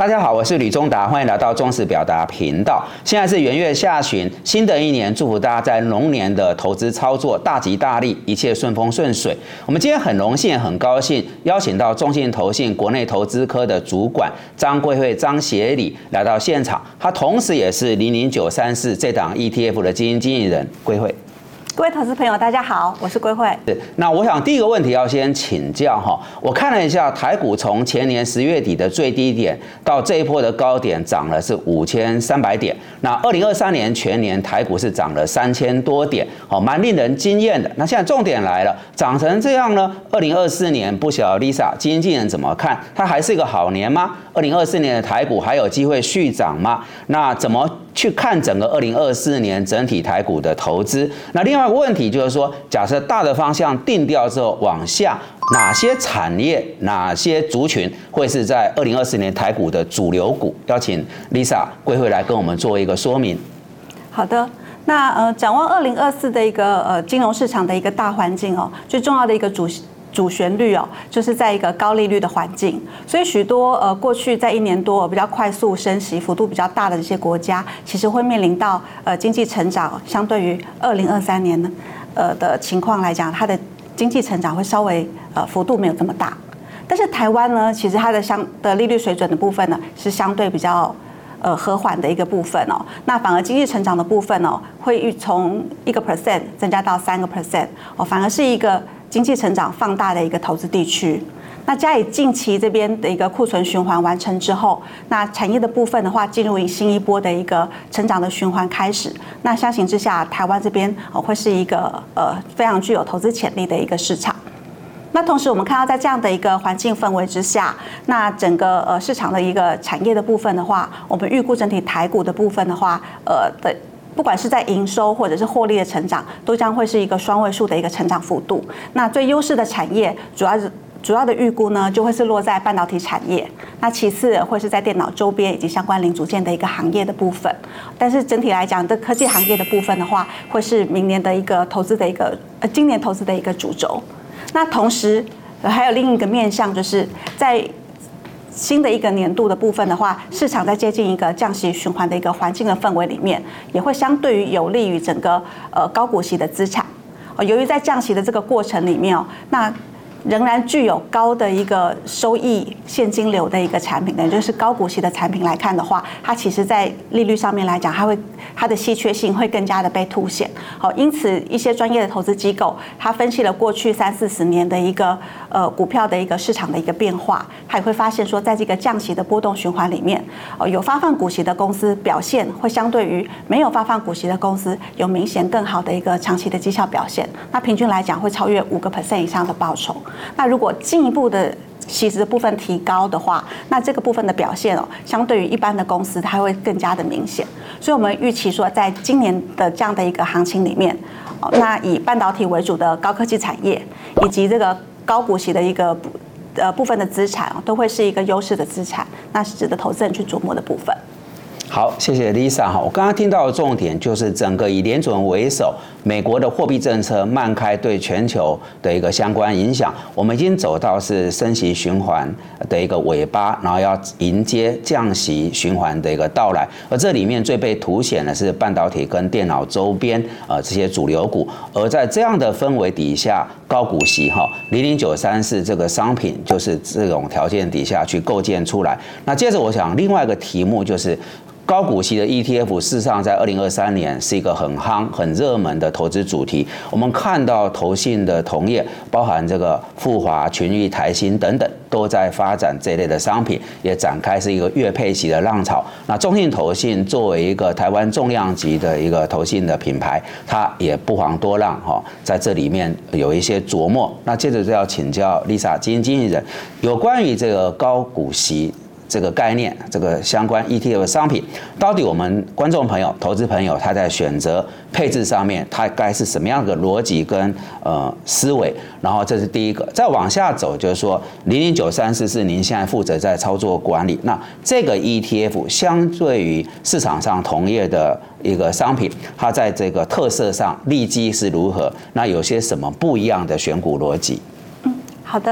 大家好，我是吕中达，欢迎来到中时表达频道。现在是元月下旬，新的一年，祝福大家在龙年的投资操作大吉大利，一切顺风顺水。我们今天很荣幸、很高兴邀请到中信投信国内投资科的主管张贵惠张协理来到现场，他同时也是00934这档 ETF 的基金经理人。贵惠。 各位投资朋友，大家好，我是贵惠。 那我想第一个问题要先请教哈，我看了一下台股从前年10月底的最低点到这一波的高点涨了是5300点，那2023年全年台股是涨了3000多点，蛮令人惊艳的。那现在重点来了，涨成这样呢，2024年不晓得 Lisa 基金经理人怎么看？它还是一个好年吗？2024年的台股还有机会续涨吗？那怎么去看整个2024年整体台股的投资？那另外一个问题就是说，假设大的方向定调之后，往下哪些产业、哪些族群会是在2024年台股的主流股？邀请 Lisa 贵惠来跟我们做一个说明。 好的。那展望2024的一个金融市场的一个大环境哦，最重要的一个主旋律哦，就是在一个高利率的环境，所以许多过去在1年多比较快速升息幅度比较大的这些国家，其实会面临到经济成长相对于2023年呢的情况来讲，它的经济成长会稍微幅度没有这么大。但是台湾呢，其实它的利率水准的部分呢是相对比较和缓的一个部分哦，那反而经济成长的部分哦，会从1% 增加到3% 哦，反而是一个经济成长放大的一个投资地区。那加以近期这边的一个库存循环完成之后，那产业的部分的话，进入新一波的一个成长的循环开始。那相形之下，台湾这边会是一个非常具有投资潜力的一个市场。那同时，我们看到在这样的一个环境氛围之下，那整个市场的一个产业的部分的话，我们预估整体台股的部分的话，不管是在营收或者是获利的成长，都将会是一个双位数的一个成长幅度。那最优势的产业，主要的预估呢，就会是落在半导体产业。那其次会是在电脑周边以及相关零组件的一个行业的部分。但是整体来讲，这科技行业的部分的话，会是明年的一个投资的一个今年投资的一个主轴。那同时还有另一个面向，就是在新的一个年度的部分的话，市场在接近一个降息循环的一个环境的氛围里面，也会相对于有利于整个高股息的资产。由于在降息的这个过程里面哦，那仍然具有高的一个收益现金流的一个产品，也就是高股息的产品来看的话，它其实在利率上面来讲，它的稀缺性会更加的被凸显。好，因此一些专业的投资机构，它分析了过去30-40年的一个股票的一个市场的一个变化，它也会发现说，在这个降息的波动循环里面，有发放股息的公司表现会相对于没有发放股息的公司有明显更好的一个长期的绩效表现。那平均来讲会超越5% 以上的报酬。那如果进一步的息值的部分提高的话，那这个部分的表现哦，相对于一般的公司，它会更加的明显。所以我们预期说，在今年的这样的一个行情里面，那以半导体为主的高科技产业，以及这个高股息的一个部分的资产，都会是一个优势的资产，那是值得投资人去琢磨的部分。 好，谢谢 Lisa 哈。我刚刚听到的重点就是整个以联准为首，美国的货币政策慢开对全球的一个相关影响。我们已经走到是升息循环的一个尾巴，然后要迎接降息循环的一个到来。而这里面最被凸显的是半导体跟电脑周边这些主流股。而在这样的氛围底下，高股息哈00934这个商品就是这种条件底下去构建出来。那接着我想另外一个题目就是。高股息的 ETF 事实上在2023年是一个很夯、很热门的投资主题。我们看到投信的同业，包含这个富华、群益、台新等等，都在发展这一类的商品，也展开是一个月配息的浪潮。那中信投信作为一个台湾重量级的一个投信的品牌，它也不遑多让哈，在这里面有一些琢磨。那接着就要请教 Lisa 基金经理人，有关于这个高股息。这个概念，这个相关 ETF 商品，到底我们观众朋友、投资朋友他在选择配置上面，他该是什么样的逻辑跟思维？然后这是第一个，再往下走就是说00934是您现在负责在操作管理，那这个 ETF 相对于市场上同业的一个商品，它在这个特色上利基是如何？那有些什么不一样的选股逻辑？ 好的。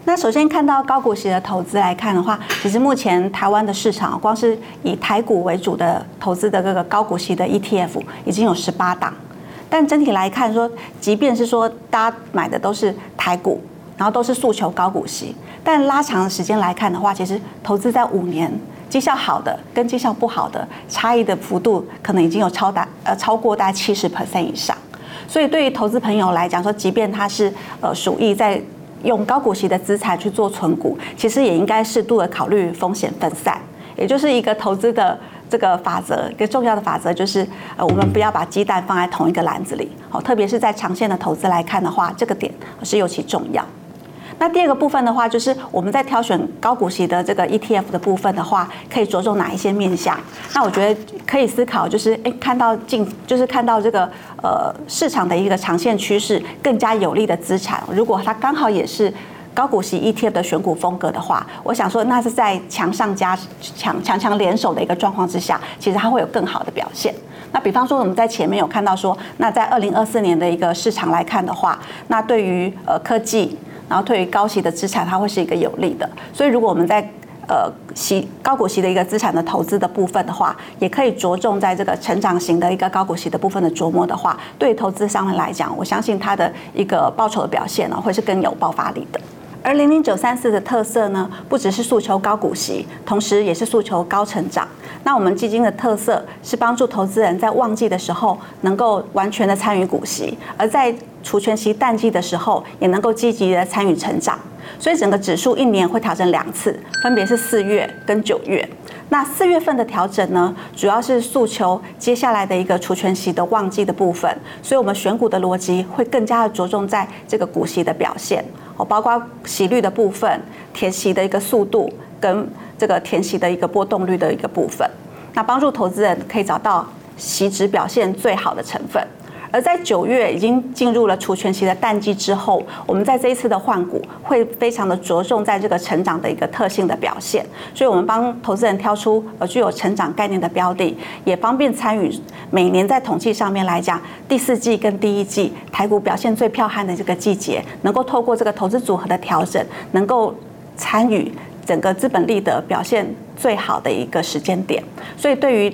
那首先看到高股息的投资来看的话，其实目前台湾的市场，光是以台股为主的投资的这个高股息的 ETF 已经有18档。但整体来看说，即便是说大家买的都是台股，然后都是诉求高股息，但拉长的时间来看的话，其实投资在5年，绩效好的跟绩效不好的差异的幅度，可能已经有超过大概70% 以上。所以对于投资朋友来讲说，即便他是属意在用高股息的资产去做存股，其实也应该适度的考虑风险分散，也就是一个投资的这个法则，一个重要的法则就是我们不要把鸡蛋放在同一个篮子里，特别是在长线的投资来看的话，这个点是尤其重要。那第二个部分的话，就是我们在挑选高股息的这个 ETF 的部分的话，可以着重哪一些面向？那我觉得可以思考，就是看到这个市场的一个长线趋势更加有利的资产，如果它刚好也是高股息 ETF 的选股风格的话，我想说那是在强联手的一个状况之下，其实它会有更好的表现。那比方说我们在前面有看到说，那在2024年的一个市场来看的话，那对于科技，然后对于高息的资产，它会是一个有利的。所以如果我们在高股息的一个资产的投资的部分的话，也可以着重在这个成长型的一个高股息的部分的琢磨的话，对投资商人来讲，我相信它的一个报酬的表现呢，会是更有爆发力的。而00934的特色呢，不只是诉求高股息，同时也是诉求高成长。那我们基金的特色是帮助投资人在旺季的时候能够完全的参与股息，而在除权息淡季的时候也能够积极的参与成长。所以整个指数1年会调整2次，分别是4月跟9月。那4月份的调整呢，主要是诉求接下来的一个除权息的旺季的部分，所以我们选股的逻辑会更加的着重在这个股息的表现，包括息率的部分、填息的一个速度跟这个填息的一个波动率的一个部分，那帮助投资人可以找到息值表现最好的成分。而在9月已经进入了除权息的淡季之后，我们在这一次的换股会非常的着重在这个成长的一个特性的表现，所以我们帮投资人挑出具有成长概念的标的，也方便参与每年在统计上面来讲，第4季跟第1季台股表现最彪悍的这个季节，能够透过这个投资组合的调整，能够参与整个资本利得表现最好的一个时间点。所以对于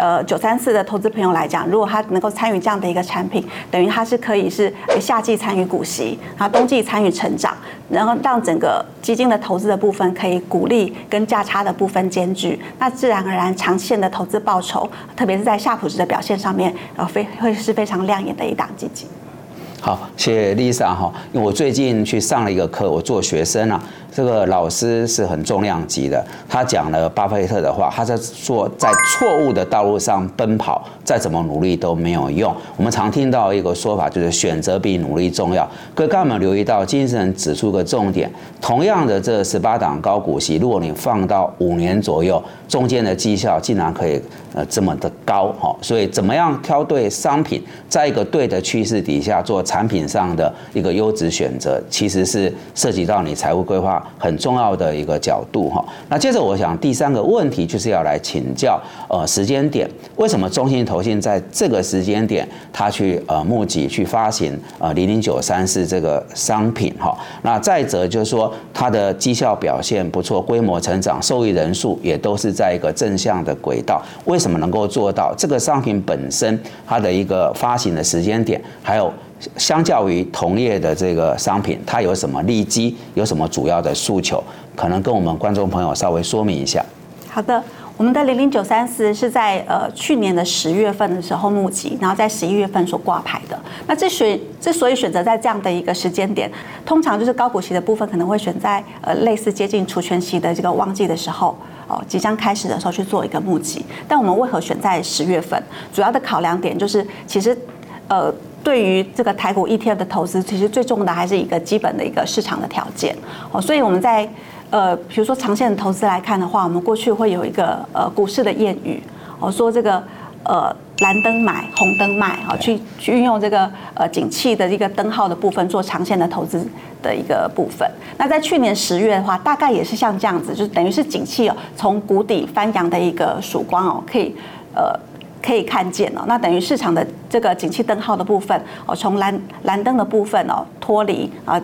934的投资朋友来讲，如果他能够参与这样的一个产品，等于他是可以是夏季参与股息，然后冬季参与成长，然后让整个基金的投资的部分可以股利跟价差的部分兼具，那自然而然长线的投资报酬，特别是在夏普值的表现上面，会是非常亮眼的一档基金。 好，谢谢 Lisa 哈，因为我最近去上了一个课，我做学生啊，这个老师是很重量级的，他讲了巴菲特的话，他在说在错误的道路上奔跑，再怎么努力都没有用。我们常听到一个说法，就是选择比努力重要。各位刚有留意到，精神指出个重点，同样的这18档高股息，如果你放到5年左右，中间的绩效竟然可以这么的高哈，所以怎么样挑对商品，在一个对的趋势底下做产品上的一个优质选择，其实是涉及到你财务规划很重要的一个角度哈。那接着我想第3个问题就是要来请教时间点，为什么中信投信在这个时间点它去募集去发行00934这个商品哈？那再者就是说它的绩效表现不错，规模成长，受益人数也都是在一个正向的轨道，为什么能够做到？这个商品本身它的一个发行的时间点，还有相较于同业的这个商品，它有什么利基，有什么主要的诉求，可能跟我们观众朋友稍微说明一下。 好的，我们的00934是在去年的10月份的时候募集，然后在11月份所挂牌的。那之所以选择在这样的一个时间点，通常就是高股息的部分可能会选在类似接近除权息的这个旺季的时候。即将开始的时候去做一个募集，但我们为何选在10月份？主要的考量点就是，其实对于这个台股 ETF 的投资，其实最重要的还是一个基本的一个市场的条件。所以我们在比如说长线的投资来看的话，我们过去会有一个股市的谚语，说这个蓝灯买，红灯卖，去运用这个景气的一个灯号的部分做长线的投资的一个部分。那在去年10月的话，大概也是像这样子，就是等于是景气从谷底翻扬的一个曙光可以看见那等于市场的这个景气灯号的部分从蓝灯的部分脱离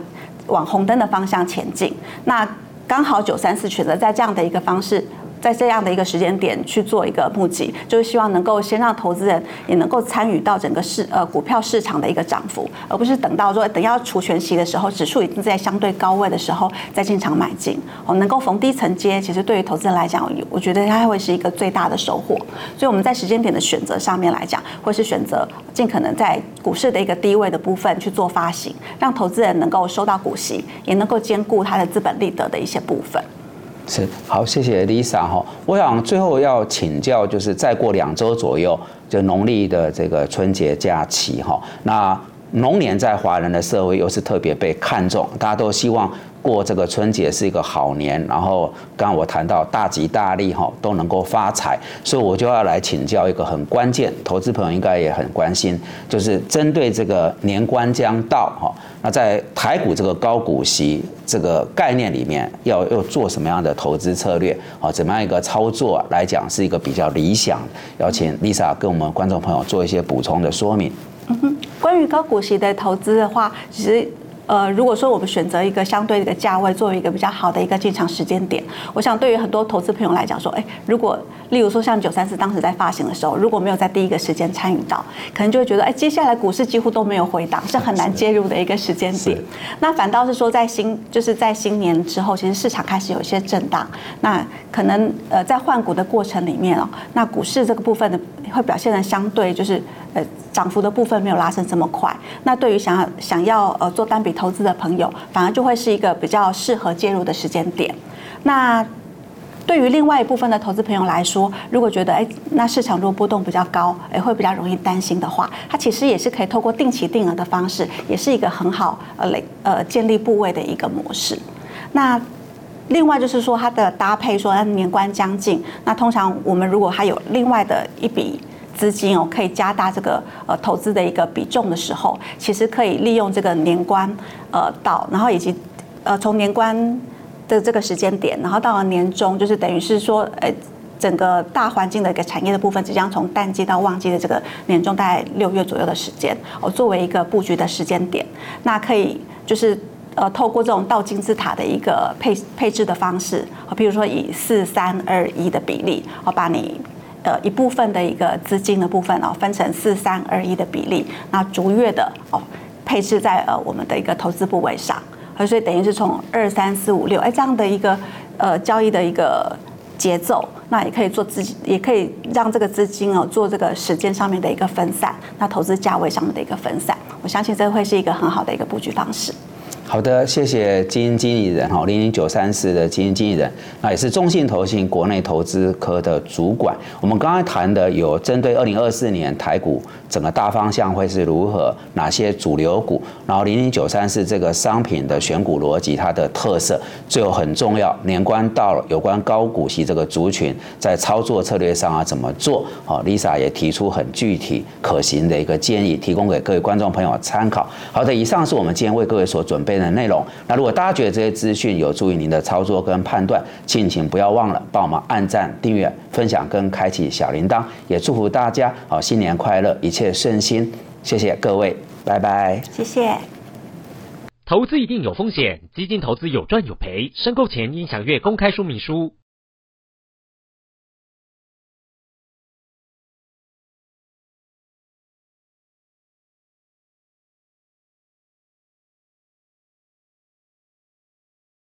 往红灯的方向前进。那刚好934选择在这样的一个方式，在这样的一个时间点去做一个募集，就是希望能够先让投资人也能够参与到整个股票市场的一个涨幅，而不是等到说等要除权息的时候，指数已经在相对高位的时候再进场买进。能够逢低承接，其实对于投资人来讲，我觉得它会是一个最大的收获。所以我们在时间点的选择上面来讲，会是选择尽可能在股市的一个低位的部分去做发行，让投资人能够收到股息，也能够兼顾它的资本利得的一些部分。 是，好，谢谢 Lisa 哈。我想最后要请教，就是再过2周左右，就农历的这个春节假期哈。那龙年在华人的社会又是特别被看重，大家都希望过这个春节是一个好年，然后刚刚我谈到大吉大利哈，都能够发财，所以我就要来请教一个很关键，投资朋友应该也很关心，就是针对这个年关将到哈，那在台股这个高股息这个概念里面，要做什么样的投资策略啊？怎么样一个操作来讲是一个比较理想？要请 Lisa 跟我们观众朋友做一些补充的说明。 关于高股息的投资的话，其实如果说我们选择一个相对的价位作为一个比较好的一个进场时间点，我想对于很多投资朋友来讲说，如果例如说像934当时在发行的时候，如果没有在第一个时间参与到，可能就会觉得接下来股市几乎都没有回档，是很难介入的一个时间点。那反倒是说在新年之后，其实市场开始有一些震荡，那可能在换股的过程里面那股市这个部分的会表现得相对就是涨幅的部分没有拉升这么快，那对于想要做单笔投资的朋友，反而就会是一个比较适合介入的时间点。那对于另外一部分的投资朋友来说，如果觉得那市场如果波动比较高，会比较容易担心的话，它其实也是可以透过定期定额的方式，也是一个很好建立部位的一个模式。那另外就是说它的搭配，说年关将近，那通常我们如果还有另外的一笔资金可以加大这个投资的一个比重的时候，其实可以利用这个年关到，然后以及从年关的这个时间点，然后到了年中，就是等于是说整个大环境的一个产业的部分，即将从淡季到旺季的这个年中，大概6月左右的时间，作为一个布局的时间点，那可以就是透过这种倒金字塔的一个配置的方式，比如说以4-3-2-1的比例，把你一部分的一个资金的部分分成4-3-2-1的比例，那逐月的配置在我们的一个投资部位上，所以等于是从2、3、4、5、6这样的一个交易的一个节奏，那也可以让这个资金做这个时间上面的一个分散，那投资价位上面的一个分散，我相信这会是一个很好的一个布局方式。 好的，谢谢基金经理人00934的基金经理人，那也是中信投信国内投资科的主管。我们刚才谈的有针对2024年台股整个大方向会是如何，哪些主流股，然后00934这个商品的选股逻辑它的特色，最后很重要，年关到了，有关高股息这个族群在操作策略上怎么做？Lisa 也提出很具体可行的一个建议，提供给各位观众朋友参考。好的，以上是我们今天为各位所准备的内容。那如果大家觉得这些资讯有助于您的操作跟判断，请不要忘了帮我们按赞、订阅、分享跟开启小铃铛，也祝福大家新年快乐，一切顺心。谢谢各位，拜拜。 谢谢。 投资一定有风险，基金投资有赚有赔，申购前应详阅公开说明书。